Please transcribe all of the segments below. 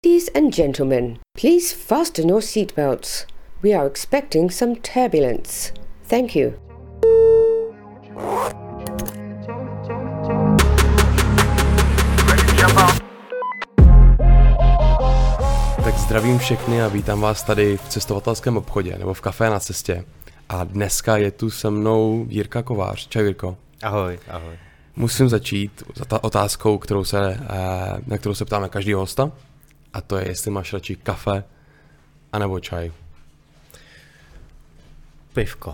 Ladies and gentlemen, please fasten your seatbelts. We are expecting some turbulence. Thank you. Tak zdravím všechny a vítám vás tady v cestovatelském obchodě nebo v kafé na cestě. A dneska je tu se mnou Jirka Kovář. Čau Jirko. Ahoj, ahoj. Musím začít otázkou, na kterou se ptáme každého hosta. A to je, jestli máš radši kafe anebo čaj. Pivko.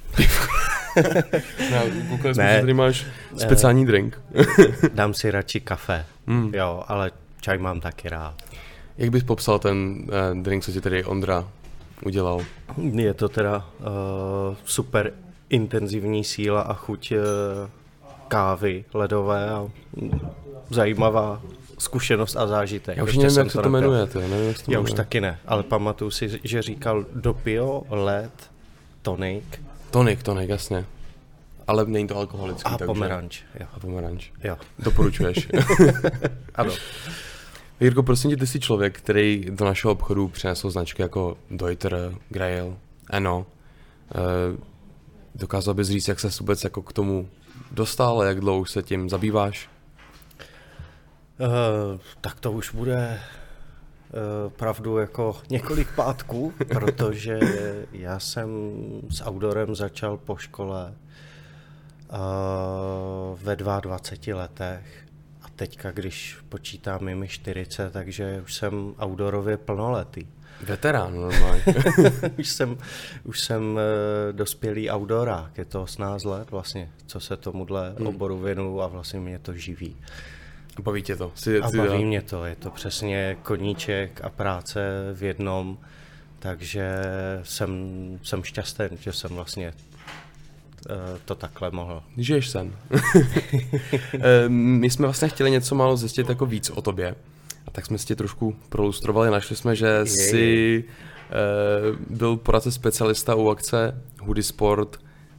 Koukali jsme, že tady máš speciální drink. Dám si radši kafe, jo, ale čaj mám taky rád. Jak bys popsal ten drink, co ti tady Ondra udělal? Je to teda super intenzivní síla a chuť kávy ledové a zajímavá zkušenost a zážitek. Já už nevím, jak se to jmenuje. Já už taky ne, ale pamatuju si, že říkal dopio, led, tonik. Tonik, jasně. Ale není to alkoholický. A pomeranč. Jo. A pomeranč. Jo. Doporučuješ. Ano. Jirko, prosím tě, ty jsi člověk, který do našeho obchodu přinesl značky jako Deuter, Grail, Eno. Dokázal bys říct, jak se vůbec jako k tomu dostal a jak dlouho se tím zabýváš? Tak to už bude pravdu jako několik pátků, protože já jsem s outdoorem začal po škole ve 22 letech a teďka, když počítám, je mi 40, takže už jsem outdoorově plnoletý. Veterán normálně. už jsem dospělý outdoorák, je to 18 let vlastně, co se tomuhle oboru věnuju a vlastně mě to živí. A baví tě to? Baví mě to, je to přesně koníček a práce v jednom, takže jsem šťastný, že jsem vlastně to takhle mohl. Žiješ sen. My jsme vlastně chtěli něco málo zjistit jako víc o tobě, a tak jsme si tě trošku prolustrovali, našli jsme, že jsi byl poradce specialista u akce Hoodie Sport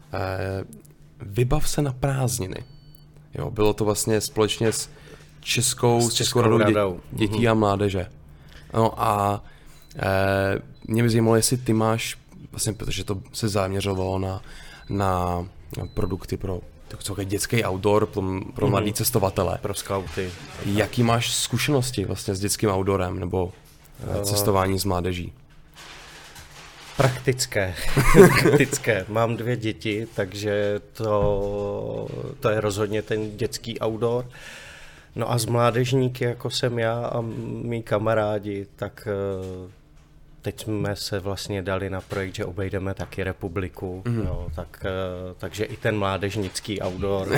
Vybav se na prázdniny. Jo, bylo to vlastně společně s Českou radou dětí a mládeže. No a mě by zajímalo, jestli ty máš, vlastně, protože to se zaměřovalo na produkty pro dětský outdoor, pro mladý cestovatele. Pro skauty. Jaký máš zkušenosti vlastně s dětským outdoorem nebo cestování s mládeží? Praktické. Mám 2 děti, takže to je rozhodně ten dětský outdoor. No a z mládežníky, jako jsem já a mý kamarádi, tak teď jsme se vlastně dali na projekt, že obejdeme taky republiku, jo, takže i ten mládežnický outdoor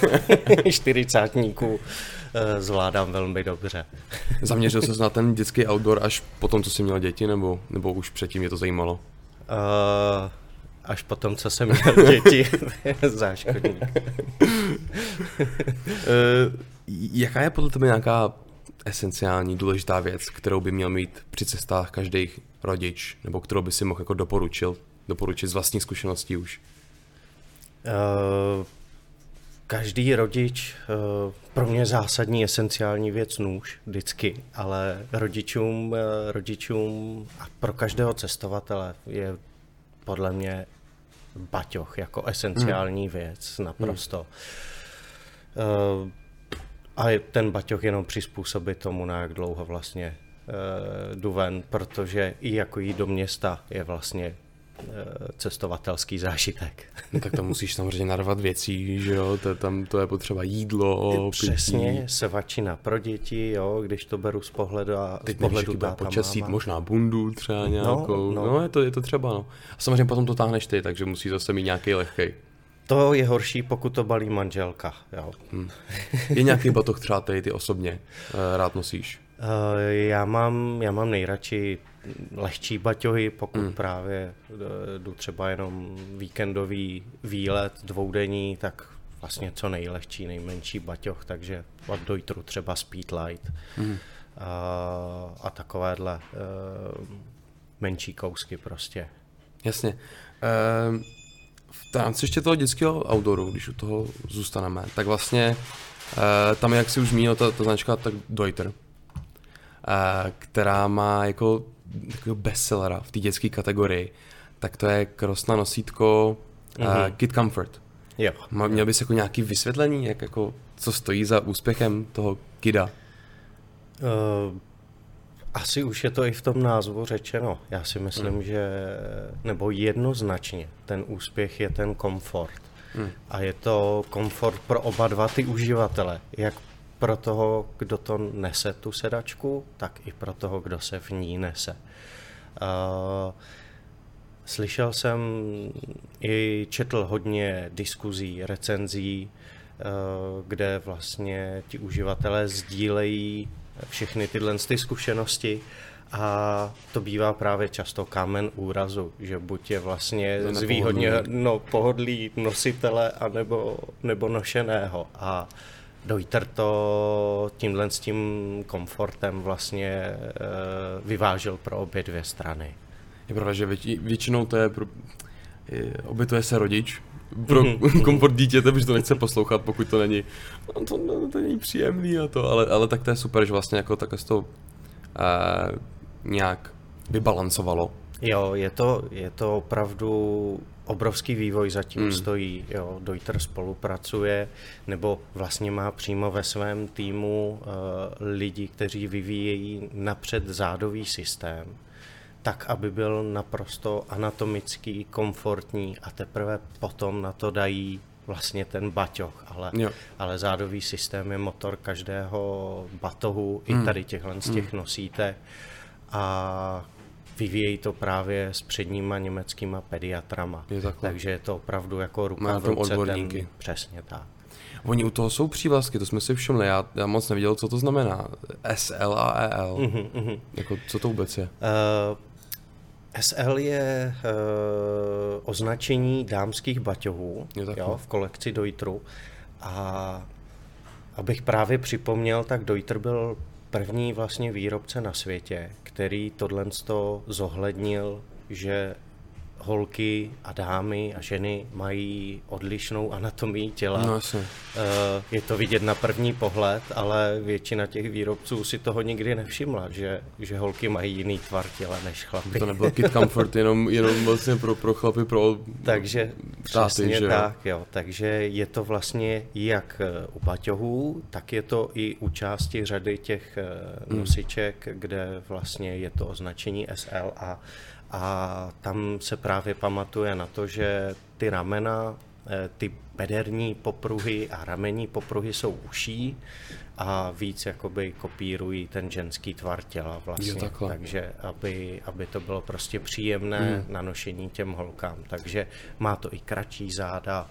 40 zvládám velmi dobře. Zaměřil ses na ten dětský outdoor až po tom, co jsi měl děti, nebo už předtím mě to zajímalo? Až potom, co jsem měl děti, záškodník. Jaká je podle tebe nějaká esenciální, důležitá věc, kterou by měl mít při cestách každý rodič, nebo kterou by si mohl jako doporučit z vlastních zkušeností už? Každý rodič, pro mě zásadní, esenciální věc nůž, vždycky, ale rodičům a pro každého cestovatele je podle mě baťoch jako esenciální věc, naprosto. A ten baťoch jenom přizpůsobit tomu, na jak dlouho vlastně jdu ven, protože i jako jít do města je vlastně cestovatelský zážitek. No, tak tam musíš samozřejmě narvat věcí, že jo, to je potřeba jídlo, přesně, pití. Sevačina pro děti, jo, když to beru z pohledu a teď z pohledu táta počasí, možná bundu třeba nějakou, no je to třeba, no. A samozřejmě potom to táhneš ty, takže musí zase mít nějaký lehkej. To je horší, pokud to balí manželka, jo. Je nějaký batoh třeba ty osobně rád nosíš? Já mám nejradši lehčí baťohy, pokud právě jdu třeba jenom víkendový výlet 2denní, tak vlastně co nejlehčí, nejmenší baťoh, takže od Deuteru třeba Speedlight a takovéhle menší kousky prostě. Jasně. V rámci ještě toho dětského outdooru, když u toho zůstaneme, tak vlastně tam, jak si už zmínil, ta značka, tak Deuter. která má jako bestsellera v té dětské kategorii, tak to je Krosna nosítko Kid Comfort. Jo. Měl bys jako nějaké vysvětlení, jako, co stojí za úspěchem toho Kida? Asi už je to i v tom názvu řečeno. Já si myslím, že, nebo jednoznačně, ten úspěch je ten komfort. A je to komfort pro oba dva ty uživatele. Jak pro toho, kdo to nese tu sedačku, tak i pro toho, kdo se v ní nese. Slyšel jsem i četl hodně diskuzí, recenzí, kde vlastně ti uživatelé sdílejí všechny tyhle zkušenosti a to bývá právě často kámen úrazu, že buď je vlastně zvýhodně pohodlí nositele nebo nošeného a Deuter to tímhle s tím komfortem vlastně vyvážil pro obě dvě strany. Je pravda, že většinou to je obětuje se rodič pro komfort dítěte, protože to nechce poslouchat, pokud to není, to není příjemný a to, ale tak to je super, že vlastně jako takhle to nějak vybalancovalo. Jo, je to opravdu obrovský vývoj zatím stojí. Jo, Deuter spolupracuje, nebo vlastně má přímo ve svém týmu lidi, kteří vyvíjejí napřed zádový systém, tak, aby byl naprosto anatomický, komfortní a teprve potom na to dají vlastně ten baťoh, ale zádový systém je motor každého batohu i tady těchhle z těch nosítek a vyvíjejí to právě s předníma německýma pediatrama. Takže je to opravdu jako ruka v ruce. Přesně tak. Oni u toho jsou přívlastky, to jsme si všimli, já moc neviděl, co to znamená. SL a EL. Jako, co to vůbec je? SL je označení dámských baťohů v kolekci Deuteru a abych právě připomněl, tak Deuter byl první vlastně výrobce na světě, který tohleto zohlednil, že holky a dámy a ženy mají odlišnou anatomii těla. No, je to vidět na první pohled, ale většina těch výrobců si toho nikdy nevšimla, že holky mají jiný tvar těla než chlapy. To nebyl Kid Comfort, jenom vlastně pro chlapy, pro takže táty, přesně tak, jo. Takže je to vlastně jak u baťohů, tak je to i u části řady těch nosiček, kde vlastně je to označení SL a tam se právě pamatuje na to, že ty ramena, ty bederní popruhy a ramenní popruhy jsou uší a víc jakoby kopírují ten ženský tvar těla vlastně. Takže aby to bylo prostě příjemné na nošení těm holkám. Takže má to i kratší záda,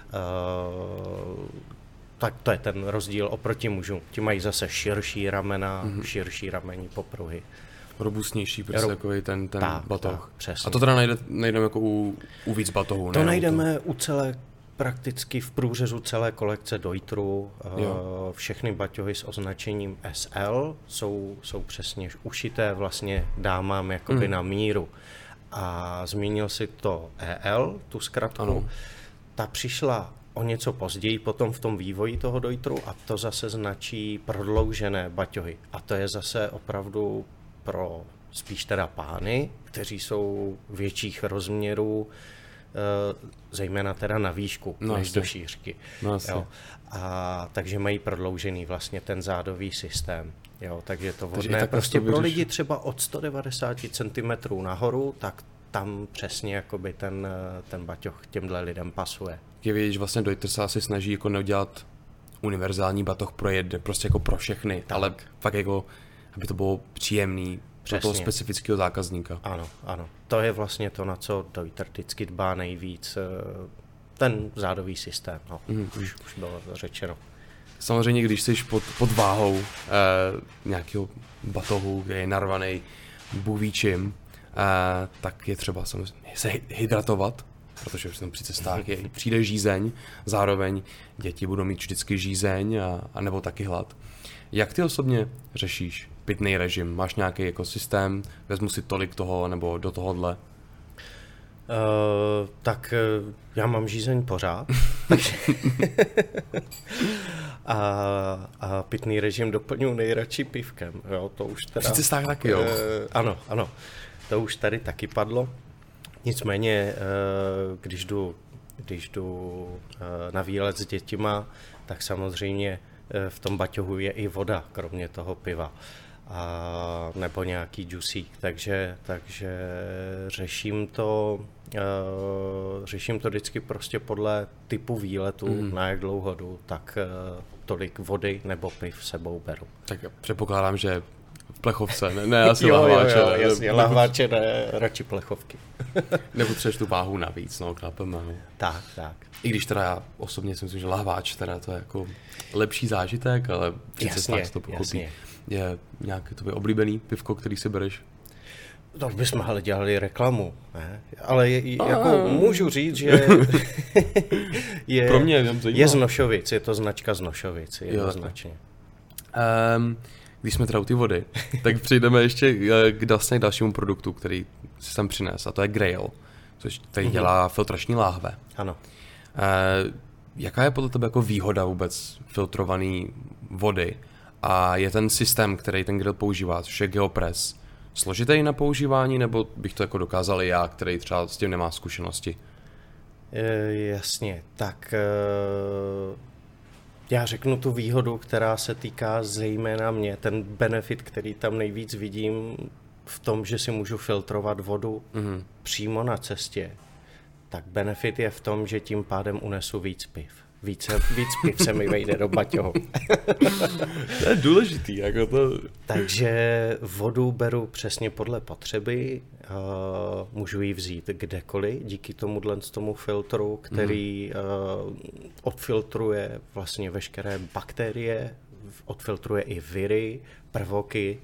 tak to je ten rozdíl oproti mužům. Ti mají zase širší ramena, širší ramenní popruhy. Robustnější, prostě takový ten batoh. Tak, a to teda najdeme jako u víc batohů, to najdeme u prakticky v průřezu celé kolekce Deuteru. Všechny baťohy s označením SL jsou přesně ušité vlastně dámám jakoby na míru. A zmínil si to EL, tu zkratku. Ano. Ta přišla o něco později potom v tom vývoji toho Deuteru a to zase značí prodloužené baťohy. A to je zase opravdu pro spíš teda pány, kteří jsou větších rozměrů, zejména teda na výšku, než do šířky. A takže mají prodloužený vlastně ten zádový systém. Jo, takže je to vhodné prostě pro lidi třeba od 190 cm nahoru, tak tam přesně jakoby ten baťoh těmhle lidem pasuje. Je vidět, že vlastně Deuter se asi snaží jako neudělat univerzální batoh prostě jako pro všechny, ale fakt jako, aby to bylo příjemný pro toho specifického zákazníka. Ano. To je vlastně to, na co Deuter vždycky dbá nejvíc, ten zádový systém, už bylo řečeno. Samozřejmě, když jsi pod váhou nějakého batohu, kde je narvaný bůvíčím, tak je třeba samozřejmě se hydratovat, protože už tam při cestách přijde žízeň, zároveň děti budou mít vždycky žízeň a nebo taky hlad. Jak ty osobně řešíš pitný režim? Máš nějaký jako systém, vezmu si tolik toho nebo do tohohle? Tak já mám žízeň pořád. a pitný režim doplňuji nejradši pivkem. Jo, to už teda... Při cestách taky, jo? Ano. To už tady taky padlo. Nicméně, když jdu na výlet s dětima, tak samozřejmě v tom baťohu je i voda, kromě toho piva. Nebo nějaký džusík, takže řeším to vždycky prostě podle typu výletu, na jak dlouho jdu, tak tolik vody nebo piv sebou beru. Tak předpokládám, že v plechovce, ne asi lahváče. Jo, jasně, lahváče ne, radši plechovky. Nepotřebuješ tu váhu navíc, no, klápeme. Tak. I když teda já osobně si myslím, že lahváč teda to je jako lepší zážitek, ale při cestách to pochopí. Je nějaké tvoje oblíbený pivko, který si bereš? To bychom ale dělali reklamu, ne? Ale jako můžu říct, že pro mě je z Nošovic, je to značka z Nošovic, jednoznačně. Když jsme teda u ty vody, tak přejdeme ještě k dalšímu produktu, který si sem přines, a to je Grail, který dělá filtrační láhve. Ano. Jaká je podle tebe jako výhoda vůbec filtrované vody? A je ten systém, který ten Grail používá, což je Geopress, složitý na používání, nebo bych to jako dokázal i já, který třeba s tím nemá zkušenosti? Jasně, tak já řeknu tu výhodu, která se týká zejména mě, ten benefit, který tam nejvíc vidím v tom, že si můžu filtrovat vodu přímo na cestě, tak benefit je v tom, že tím pádem unesu víc piv. Víc piv se mi vejde do baťohu. To je důležitý. Jako to... Takže vodu beru přesně podle potřeby, můžu ji vzít kdekoliv díky tomu filtru, který odfiltruje vlastně veškeré bakterie, odfiltruje i viry, prvoky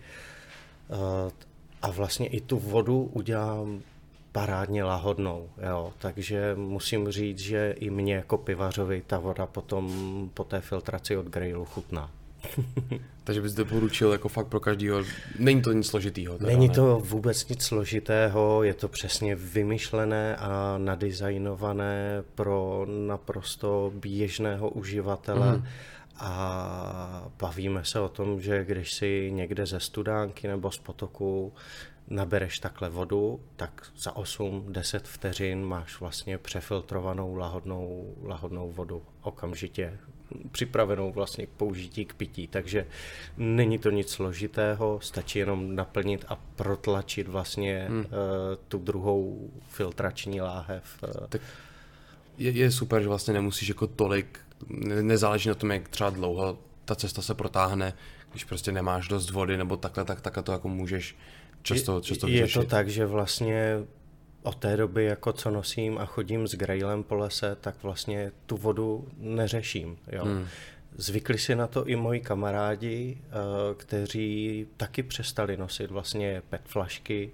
a vlastně i tu vodu udělám parádně lahodnou, jo. Takže musím říct, že i mě jako pivařovi ta voda potom po té filtraci od Grailu chutná. Takže bys doporučil jako fakt pro každýho, není to nic složitýho? Není to vůbec nic složitého, je to přesně vymyšlené a nadizajnované pro naprosto běžného uživatele. A bavíme se o tom, že když si někde ze studánky nebo z potoku nabereš takhle vodu, tak za 8-10 vteřin máš vlastně přefiltrovanou lahodnou vodu okamžitě připravenou vlastně k použití k pití, takže není to nic složitého, stačí jenom naplnit a protlačit vlastně tu druhou filtrační láhev. Tak je super, že vlastně nemusíš jako tolik, nezáleží na tom, jak třeba dlouho ta cesta se protáhne, když prostě nemáš dost vody nebo takhle, tak to jako můžeš často vyřešit. Je to tak, že vlastně od té doby, jako co nosím a chodím s Grailem po lese, tak vlastně tu vodu neřeším. Jo. Zvykli si na to i moji kamarádi, kteří taky přestali nosit vlastně PET flašky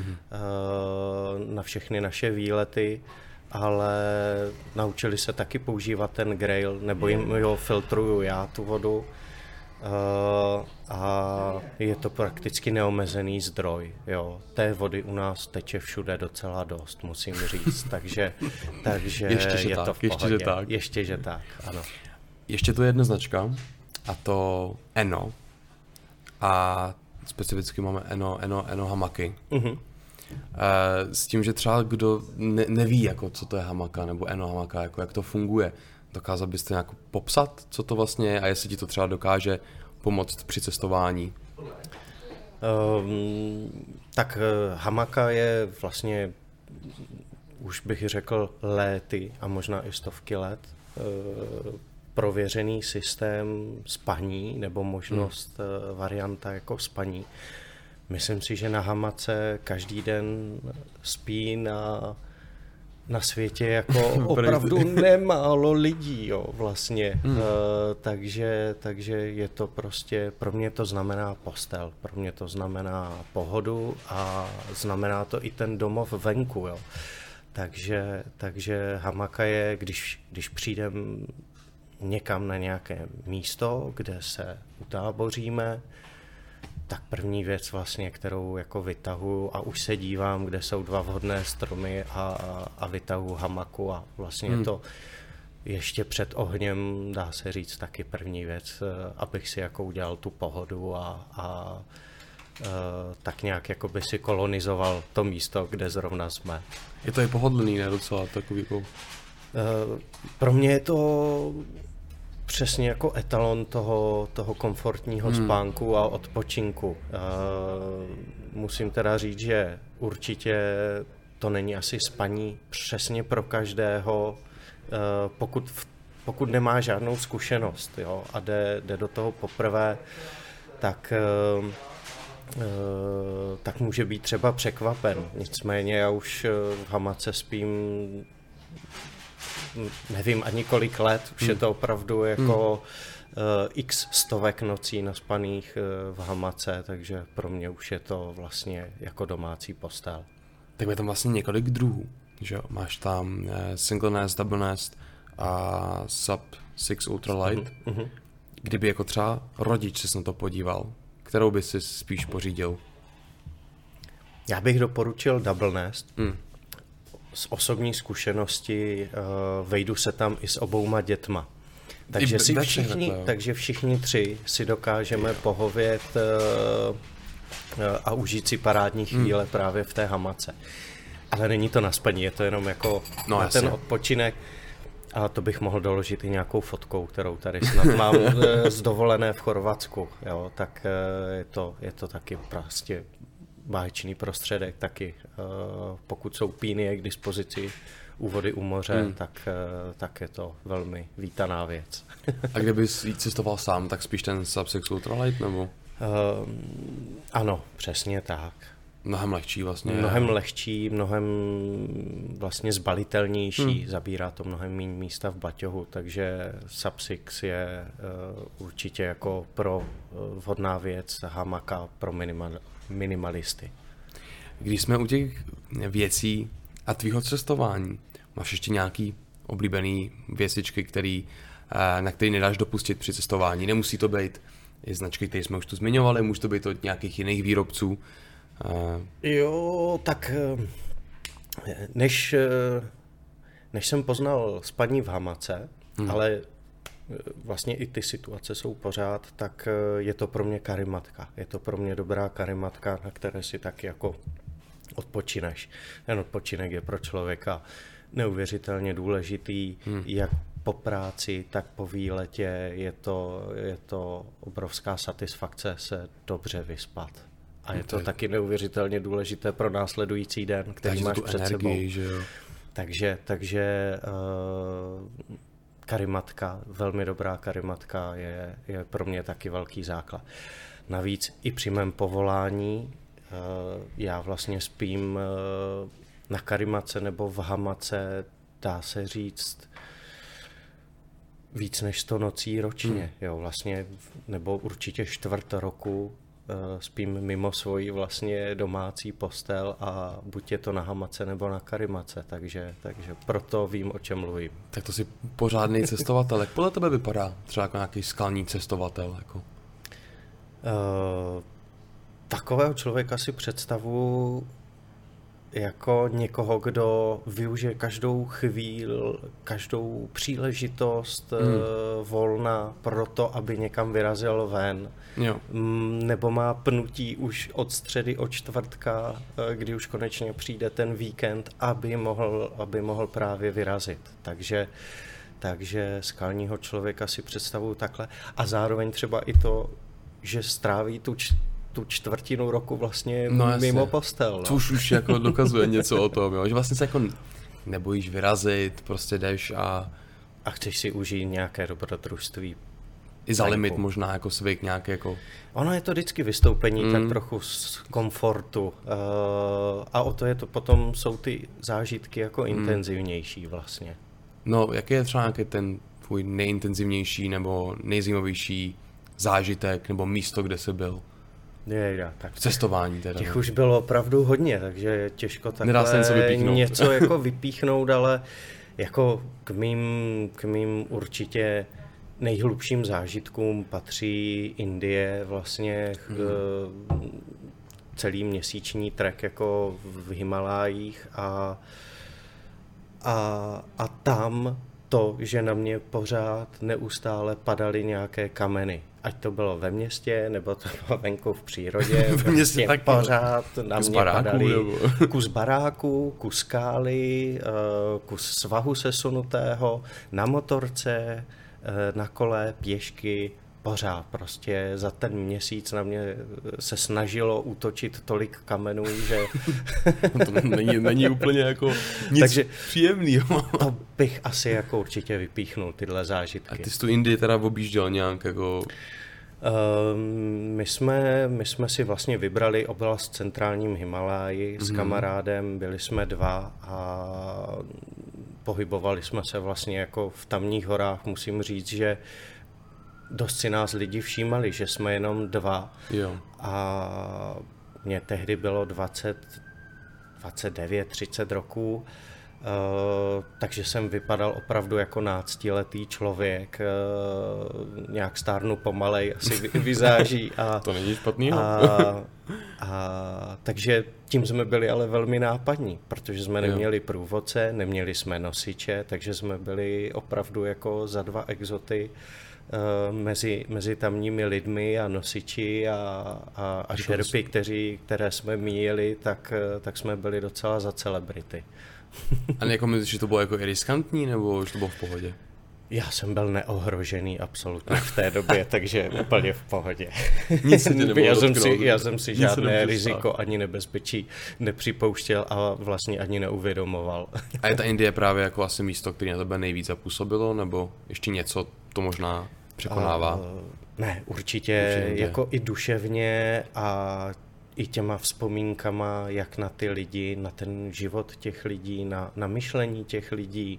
na všechny naše výlety, ale naučili se taky používat ten Grail, nebo jim filtruju já tu vodu. A je to prakticky neomezený zdroj. Jo. Té vody u nás teče všude docela dost, musím říct, takže ještě, je tak, to v pohodě. Ještě, že tak, ano. Ještě tu je jedna značka, a to Eno. A specificky máme Eno hamaky. S tím, že třeba kdo neví, jako, co to je hamaka, nebo Eno hamaka, jako, jak to funguje, dokázal byste nějak popsat, co to vlastně je a jestli ti to třeba dokáže pomoct při cestování? Tak hamaka je vlastně, už bych řekl, léty a možná i stovky let prověřený systém spaní nebo možnost varianta jako spaní. Myslím si, že na hamace každý den spí na světě jako opravdu nemálo lidí, jo, vlastně. Takže je to prostě, pro mě to znamená postel, pro mě to znamená pohodu a znamená to i ten domov venku, jo. Takže hamaka je, když přijdem někam na nějaké místo, kde se utáboříme, tak první věc vlastně, kterou jako vytahuju a už se dívám, kde jsou dva vhodné stromy a vytahuju hamaku a vlastně ještě před ohněm, dá se říct, taky první věc, abych si jako udělal tu pohodu a tak nějak jako by si kolonizoval to místo, kde zrovna jsme. Je to i pohodlný, ne docela takový jako... Pro mě je to přesně jako etalon toho komfortního spánku a odpočinku. Musím teda říct, že určitě to není asi spaní přesně pro každého, pokud nemá žádnou zkušenost, jo, a jde do toho poprvé, tak může být třeba překvapen. Nicméně já už v hamace spím, nevím ani kolik let, už je to opravdu jako x stovek nocí naspaných v hamace, takže pro mě už je to vlastně jako domácí postel. Tak je tam vlastně několik druhů, že jo? Máš tam single nest, double nest a sub 6 ultralight. Kdyby jako třeba rodič se na to podíval, kterou by si spíš pořídil? Já bych doporučil double nest. Z osobní zkušenosti vejdu se tam i s obouma dětma. Takže všichni tři si dokážeme pohovět a užít si parádní chvíle právě v té hamace. Ale není to na spaní, je to jenom jako na ten odpočinek. A to bych mohl doložit i nějakou fotkou, kterou tady snad mám z dovolené v Chorvatsku. Jo, tak je to taky prostě báječný prostředek taky. Pokud jsou pínie k dispozici u vody u moře, tak je to velmi vítaná věc. A kdybys cestoval sám, tak spíš ten sub 6 ultralight nebo? Ano, přesně tak. Mnohem lehčí vlastně. Mnohem lehčí, mnohem vlastně zbalitelnější, zabírá to mnohem méně místa v baťohu, takže sub 6 je určitě jako pro vhodná věc, hamaka pro minimalisty. Když jsme u těch věcí a tvýho cestování, máš ještě nějaký oblíbený věcičky, na který nedáš dopustit při cestování? Nemusí to být i značky, které jsme už tu zmiňovali, může to být od nějakých jiných výrobců. Jo, tak než jsem poznal spaní v hamace, ale vlastně i ty situace jsou pořád, tak je to pro mě karimatka. Je to pro mě dobrá karimatka, na které si taky jako odpočineš. Ten odpočinek je pro člověka neuvěřitelně důležitý, jak po práci, tak po výletě. Je to obrovská satisfakce se dobře vyspat. A je to taky neuvěřitelně důležité pro následující den, který máš před energii, sebou. Že jo? Takže karimatka, velmi dobrá karimatka je pro mě taky velký základ. Navíc i při mém povolání já vlastně spím na karimace nebo v hamace, dá se říct, víc než 100 nocí ročně. Jo, vlastně, nebo určitě čtvrt roku spím mimo svoji vlastně domácí postel a buď je to na hamace nebo na karimace, takže proto vím, o čem mluvím. Tak to si pořádný cestovatel. Jak podle tebe vypadá třeba jako nějaký skalní cestovatel? Jako? Takového člověka si představuji jako někoho, kdo využije každou chvíli, každou příležitost volna pro to, aby někam vyrazil ven. Jo. Nebo má pnutí už od středy, od čtvrtka, kdy už konečně přijde ten víkend, aby mohl právě vyrazit. Takže skalního člověka si představuju takhle. A zároveň třeba i to, že stráví tu čtvrtinu roku vlastně mimo postel. No. Což už jako dokazuje něco o tom, jo? Že vlastně se jako nebojíš vyrazit, prostě jdeš a chceš si užít nějaké dobrodružství. I za limit možná jako zvyk nějaký jako... Ono je to vždycky vystoupení tak trochu z komfortu a o to je to potom, jsou ty zážitky jako intenzivnější vlastně. No, jaký je třeba nějaký ten tvůj nejintenzivnější nebo nejzajímavější zážitek nebo místo, kde jsi byl? Tak v cestování teda. Těch už bylo opravdu hodně, takže je těžko takhle něco jako vypíchnout, ale jako k mým určitě nejhlubším zážitkům patří Indie, vlastně celý měsíční trek jako v Himalájích a tam to, že na mě pořád neustále padaly nějaké kameny. Ať to bylo ve městě, nebo to bylo venku v přírodě. V městě taky. Pořád na mě padaly nebo... kus baráku, kus skály, kus svahu sesunutého, na motorce, na kole, pěšky, pořád prostě za ten měsíc na mě se snažilo útočit tolik kamenů, že... To není úplně jako nic takže příjemného. To bych asi jako určitě vypíchnul tyhle zážitky. A ty jsi tu Indii teda objížděl nějak jako... My jsme si vlastně vybrali oblast centrálním Himaláji s kamarádem, byli jsme 2 a pohybovali jsme se vlastně jako v tamních horách. Musím říct, že dost si nás lidi všímali, že jsme jenom 2. Jo. A mně tehdy bylo 29, 30 roků, takže jsem vypadal opravdu jako náctiletý člověk, nějak stárnu pomalej, asi vizáží. To není špatný. Takže tím jsme byli ale velmi nápadní, protože jsme neměli průvodce, neměli jsme nosiče, takže jsme byli opravdu jako za 2 exoty mezi tamními lidmi a nosiči a šerpy, které jsme míjeli, tak jsme byli docela za celebrity. A jako myslíš, že to bylo jako i riskantní, nebo že to bylo v pohodě? Já jsem byl neohrožený absolutně v té době, takže úplně v pohodě. Nic se nebylo já jsem si žádné riziko ani nebezpečí nepřipouštěl a vlastně ani neuvědomoval. A je ta Indie právě jako asi místo, které na tebe nejvíc zapůsobilo, nebo ještě něco to možná překonává? Ne, určitě jako i duševně a i těma vzpomínkama, jak na ty lidi, na ten život těch lidí, na myšlení těch lidí,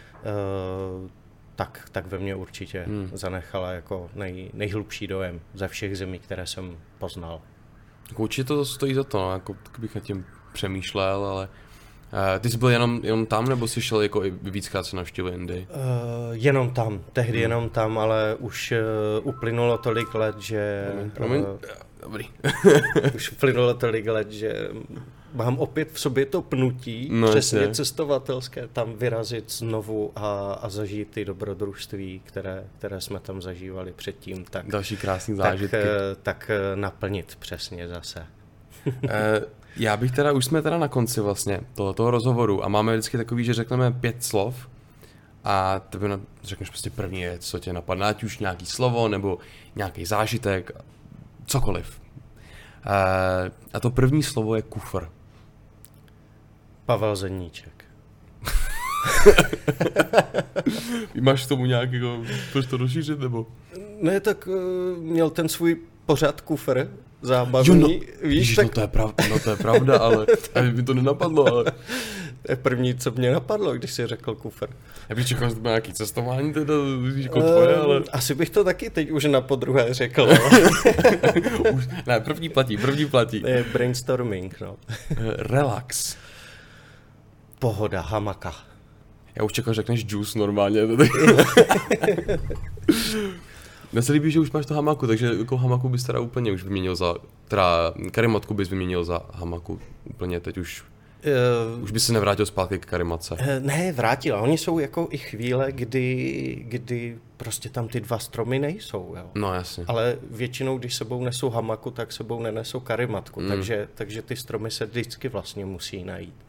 tak ve mně určitě zanechala jako nejhlubší dojem ze všech zemí, které jsem poznal. Určitě to stojí za to, no, jako bych nad tím přemýšlel, ale ty jsi byl jenom tam, nebo jsi šel jako i víckrát se navštívil Indii? Jenom tam, tehdy jenom tam, ale už uplynulo tolik let, že... Dobrý. Už uplynulo tolik let, že mám opět v sobě to pnutí, přesně cestovatelské, tam vyrazit znovu a zažít ty dobrodružství, které jsme tam zažívali předtím. Tak, další krásný zážitky. Tak naplnit přesně zase. Já bych teda, už jsme teda na konci vlastně tohoto rozhovoru a máme vždycky takový, že řekneme 5 slov a tebe řekneš prostě první věc, co tě napadne, ať už nějaký slovo nebo nějaký zážitek, cokoliv. A to první slovo je kufr. Pavel Zeníček. Máš k tomu nějak jako, proč to rozšířit, nebo? Ne, tak měl ten svůj pořad kufr zábavný. Víš, tak... to je pravda, ale mi to nenapadlo, ale... To je první, co mě napadlo, když jsi řekl kufr. Já bych čekal, že to bylo nějaký cestování, teda jako tvoje, ale... Asi bych to taky teď už na podruhé řekl. Ne, první platí. To je brainstorming, no. Relax. Pohoda, hamaka. Já už čekal, že řekneš juice normálně. Mně se líbí, že už máš to hamaku, takže jako hamaku bys teda úplně už vyměnil karimatku bys vyměnil za hamaku. Úplně teď už bys se nevrátil zpátky k karimatce. Ne, vrátil. Oni jsou jako i chvíle, kdy prostě tam ty 2 stromy nejsou. Jo. No jasně. Ale většinou, když sebou nesou hamaku, tak sebou nenesou karimatku. Takže ty stromy se vždycky vlastně musí najít.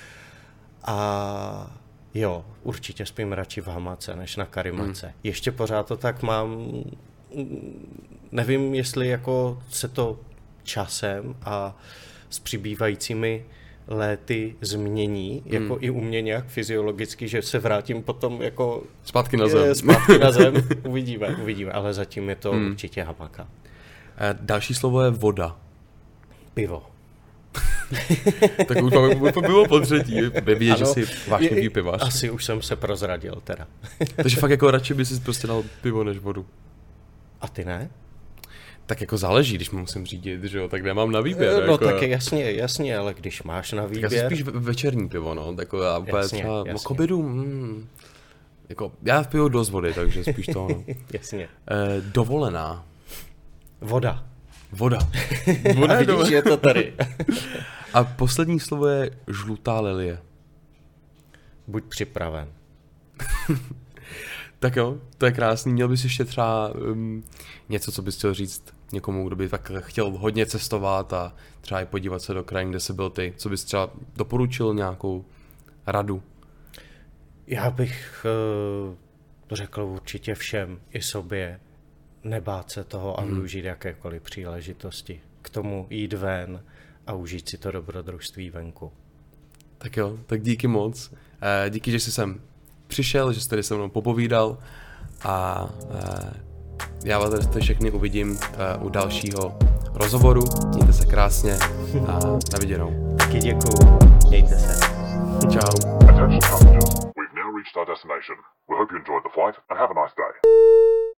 A jo, určitě spím radši v hamace než na karimatce. Ještě pořád to tak mám, nevím, jestli jako se to časem a s přibývajícími léty změní, jako i u mě nějak fyziologicky, že se vrátím potom jako... Zpátky na zem. Uvidíme, ale zatím je to určitě hamaka. Další slovo je voda. Pivo. Tak už máme pivo po třetí. Vidět, že jsi vášnivý pivař. Asi už jsem se prozradil teda. Takže fakt jako radši by si prostě dal pivo než vodu. A ty ne? Tak jako záleží, když musím řídit, že jo, tak nemám na výběr. No jako... tak jasně, ale když máš na výběr... Tak já si spíš večerní pivo, no, tak já úplně třeba k obědu, jako já piju dost vody, takže spíš to, no. Jasně. Dovolená. Voda. A vidíš, je to tady. A poslední slovo je žlutá lilie. Buď připraven. Tak jo, to je krásný. Měl bys ještě třeba něco, co bys chtěl říct někomu, kdo by tak chtěl hodně cestovat a třeba i podívat se do krajin, kde jsi byl ty. Co bys třeba doporučil, nějakou radu? Já bych řekl určitě všem, i sobě, nebát se toho a využít jakékoliv příležitosti. K tomu jít ven a užít si to dobrodružství venku. Tak jo, tak díky moc. Díky, že jsi sem přišel, že jsi tady se mnou popovídal a já vás tady všechny uvidím u dalšího rozhovoru. Mějte se krásně a na viděnou. Taky děkuju, mějte se. Čau. Attention passengers, we've now reached our destination. We hope you enjoyed the flight and have a nice day.